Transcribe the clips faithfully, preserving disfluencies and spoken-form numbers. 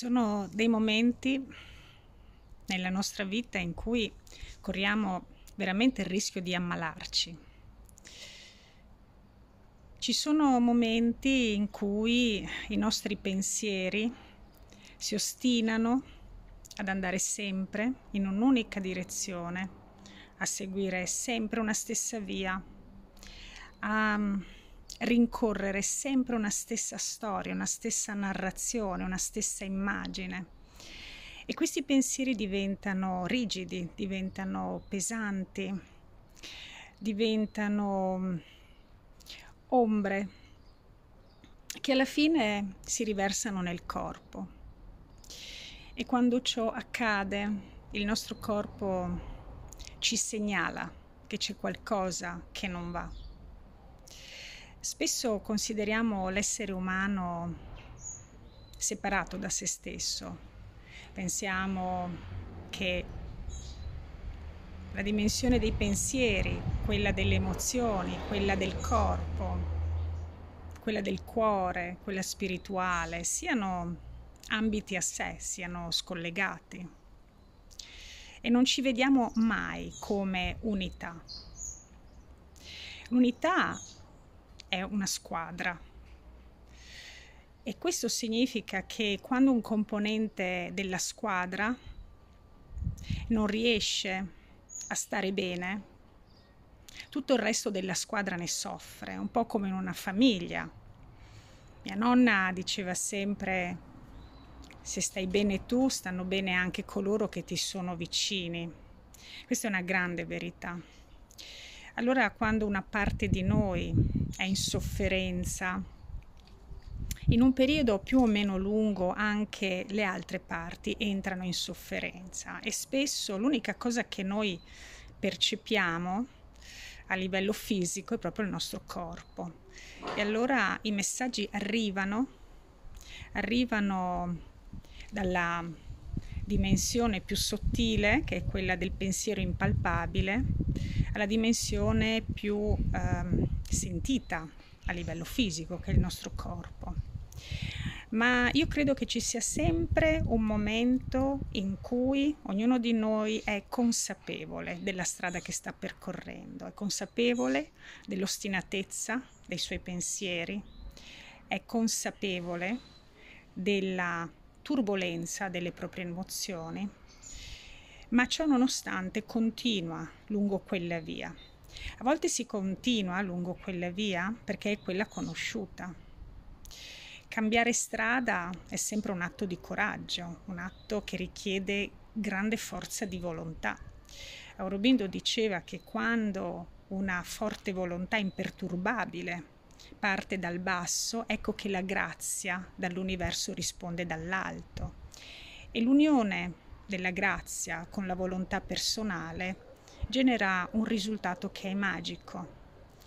sono dei momenti nella nostra vita in cui corriamo veramente il rischio di ammalarci. Ci sono momenti in cui i nostri pensieri si ostinano ad andare sempre in un'unica direzione, a seguire sempre una stessa via, a rincorrere sempre una stessa storia, una stessa narrazione, una stessa immagine. E questi pensieri diventano rigidi, diventano pesanti, diventano ombre che alla fine si riversano nel corpo. E quando ciò accade, il nostro corpo ci segnala che c'è qualcosa che non va. Spesso consideriamo l'essere umano separato da se stesso. Pensiamo che la dimensione dei pensieri, quella delle emozioni, quella del corpo, quella del cuore, quella spirituale, siano ambiti a sé, siano scollegati. E non ci vediamo mai come unità. L'unità è una squadra e questo significa che quando un componente della squadra non riesce a stare bene, tutto il resto della squadra ne soffre, un po' come in una famiglia. Mia nonna diceva sempre: se stai bene tu, stanno bene anche coloro che ti sono vicini. Questa è una grande verità. Allora, quando una parte di noi è in sofferenza, in un periodo più o meno lungo anche le altre parti entrano in sofferenza e spesso l'unica cosa che noi percepiamo a livello fisico è proprio il nostro corpo. E allora i messaggi arrivano, arrivano dalla dimensione più sottile, che è quella del pensiero impalpabile, alla dimensione più ehm, sentita a livello fisico, che è il nostro corpo. Ma io credo che ci sia sempre un momento in cui ognuno di noi è consapevole della strada che sta percorrendo, è consapevole dell'ostinatezza dei suoi pensieri, è consapevole della turbolenza delle proprie emozioni, ma ciò nonostante continua lungo quella via. A volte si continua lungo quella via perché è quella conosciuta. Cambiare strada è sempre un atto di coraggio, un atto che richiede grande forza di volontà. Aurobindo diceva che quando una forte volontà imperturbabile parte dal basso, ecco che la grazia dall'universo risponde dall'alto. E l'unione della grazia con la volontà personale genera un risultato che è magico.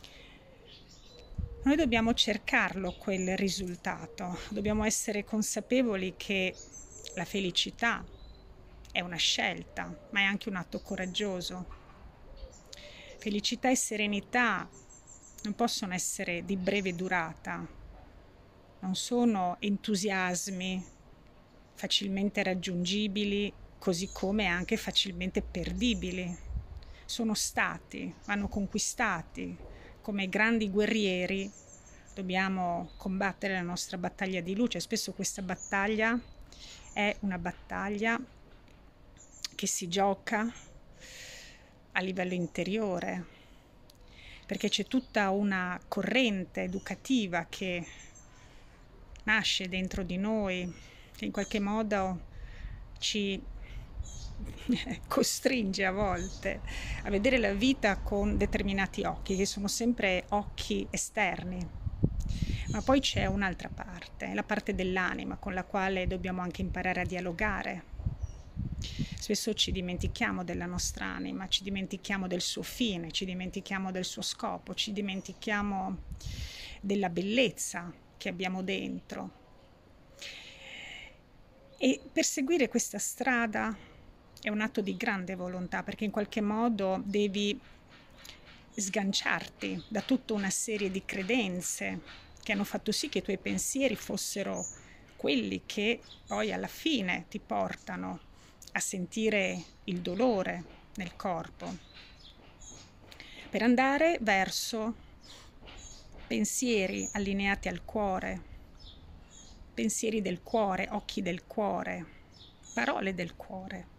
Noi dobbiamo cercarlo quel risultato, dobbiamo essere consapevoli che la felicità è una scelta, ma è anche un atto coraggioso. Felicità e serenità non possono essere di breve durata, non sono entusiasmi facilmente raggiungibili, così come anche facilmente perdibili. Sono stati, vanno conquistati. Come grandi guerrieri dobbiamo combattere la nostra battaglia di luce. Spesso questa battaglia è una battaglia che si gioca a livello interiore, perché c'è tutta una corrente educativa che nasce dentro di noi, che in qualche modo ci costringe a volte a vedere la vita con determinati occhi, che sono sempre occhi esterni. Ma poi c'è un'altra parte, la parte dell'anima, con la quale dobbiamo anche imparare a dialogare. Spesso ci dimentichiamo della nostra anima, ci dimentichiamo del suo fine, ci dimentichiamo del suo scopo, ci dimentichiamo della bellezza che abbiamo dentro. E perseguire questa strada è un atto di grande volontà, perché in qualche modo devi sganciarti da tutta una serie di credenze che hanno fatto sì che i tuoi pensieri fossero quelli che poi alla fine ti portano a sentire il dolore nel corpo, per andare verso pensieri allineati al cuore, pensieri del cuore, occhi del cuore, parole del cuore.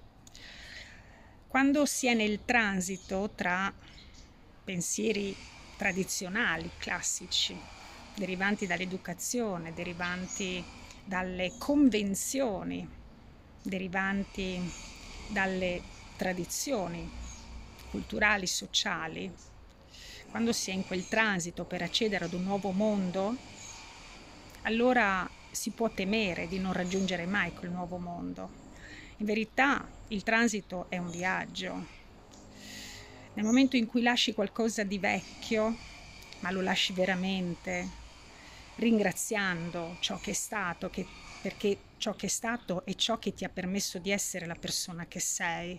Quando si è nel transito tra pensieri tradizionali, classici, derivanti dall'educazione, derivanti dalle convenzioni, derivanti dalle tradizioni culturali, sociali, quando si è in quel transito per accedere ad un nuovo mondo, allora si può temere di non raggiungere mai quel nuovo mondo. In verità il transito è un viaggio. Nel momento in cui lasci qualcosa di vecchio, ma lo lasci veramente, ringraziando ciò che è stato, che, perché ciò che è stato è ciò che ti ha permesso di essere la persona che sei.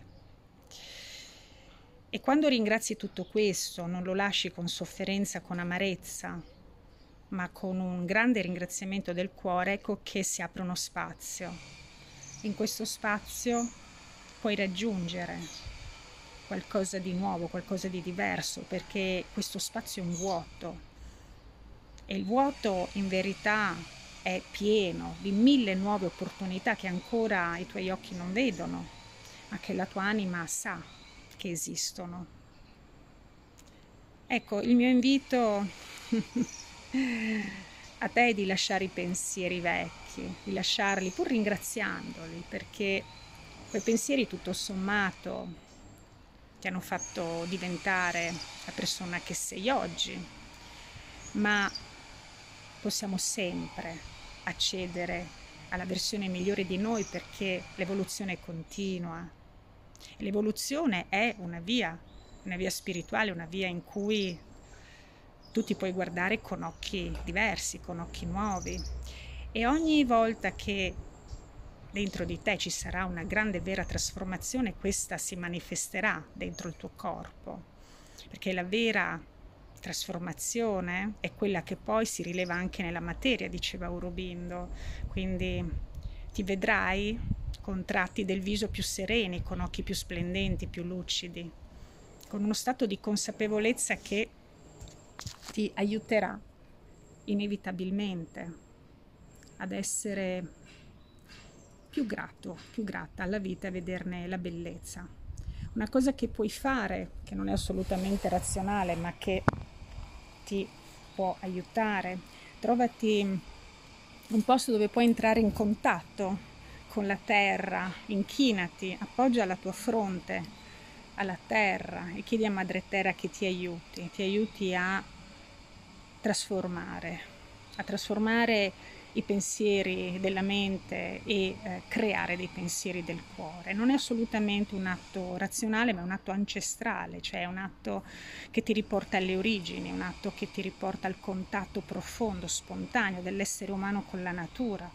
E quando ringrazi tutto questo, non lo lasci con sofferenza, con amarezza, ma con un grande ringraziamento del cuore, ecco che si apre uno spazio. In questo spazio puoi raggiungere qualcosa di nuovo, qualcosa di diverso, perché questo spazio è un vuoto. E il vuoto in verità è pieno di mille nuove opportunità che ancora i tuoi occhi non vedono, ma che la tua anima sa che esistono. Ecco, il mio invito a te è di lasciare i pensieri vecchi, di lasciarli pur ringraziandoli, perché quei pensieri tutto sommato ti hanno fatto diventare la persona che sei oggi, ma possiamo sempre accedere alla versione migliore di noi, perché l'evoluzione è continua e l'evoluzione è una via, una via spirituale, una via in cui tu ti puoi guardare con occhi diversi, con occhi nuovi, e ogni volta che dentro di te ci sarà una grande vera trasformazione, questa si manifesterà dentro il tuo corpo, perché la vera trasformazione è quella che poi si rileva anche nella materia, diceva Aurobindo. Quindi ti vedrai con tratti del viso più sereni, con occhi più splendenti, più lucidi, con uno stato di consapevolezza che ti aiuterà inevitabilmente ad essere più grato, più grata alla vita e vederne la bellezza. Una cosa che puoi fare, che non è assolutamente razionale, ma che ti può aiutare: trovati un posto dove puoi entrare in contatto con la terra, inchinati, appoggia la tua fronte alla terra e chiedi a Madre Terra che ti aiuti, ti aiuti a trasformare, a trasformare i pensieri della mente e eh, creare dei pensieri del cuore. Non è assolutamente un atto razionale, ma è un atto ancestrale, cioè è un atto che ti riporta alle origini, un atto che ti riporta al contatto profondo, spontaneo dell'essere umano con la natura.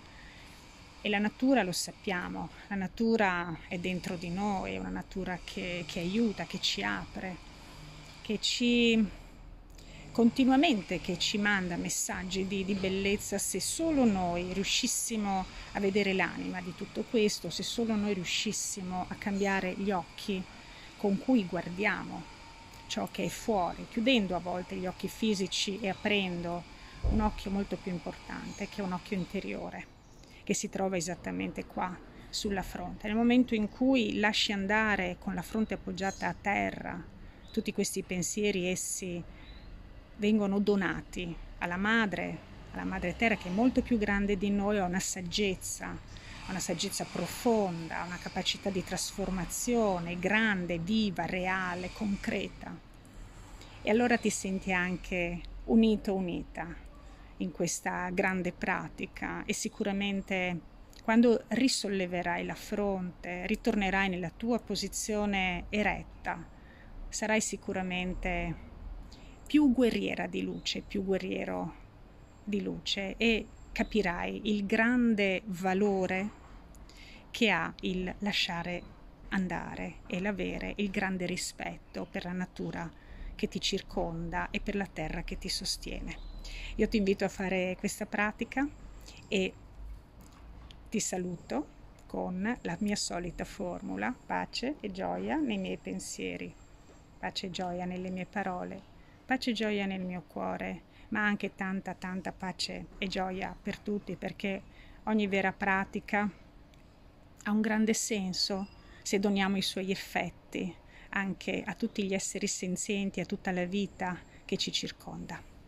E la natura, lo sappiamo, la natura è dentro di noi, è una natura che, che aiuta, che ci apre, che ci continuamente che ci manda messaggi di, di bellezza. Se solo noi riuscissimo a vedere l'anima di tutto questo, se solo noi riuscissimo a cambiare gli occhi con cui guardiamo ciò che è fuori, chiudendo a volte gli occhi fisici e aprendo un occhio molto più importante, che è un occhio interiore, che si trova esattamente qua sulla fronte. Nel momento in cui lasci andare con la fronte appoggiata a terra tutti questi pensieri, essi vengono donati alla madre, alla madre terra, che è molto più grande di noi, ha una saggezza, una saggezza profonda, una capacità di trasformazione grande, viva, reale, concreta. E allora ti senti anche unito, unita in questa grande pratica, e sicuramente quando risolleverai la fronte, ritornerai nella tua posizione eretta, sarai sicuramente più guerriera di luce, più guerriero di luce, e capirai il grande valore che ha il lasciare andare e l'avere il grande rispetto per la natura che ti circonda e per la terra che ti sostiene. Io ti invito a fare questa pratica e Ti saluto con la mia solita formula: pace e gioia nei miei pensieri, pace e gioia nelle mie parole, pace e gioia nel mio cuore, ma anche tanta tanta pace e gioia per tutti, perché ogni vera pratica ha un grande senso se doniamo i suoi effetti anche a tutti gli esseri senzienti, a tutta la vita che ci circonda.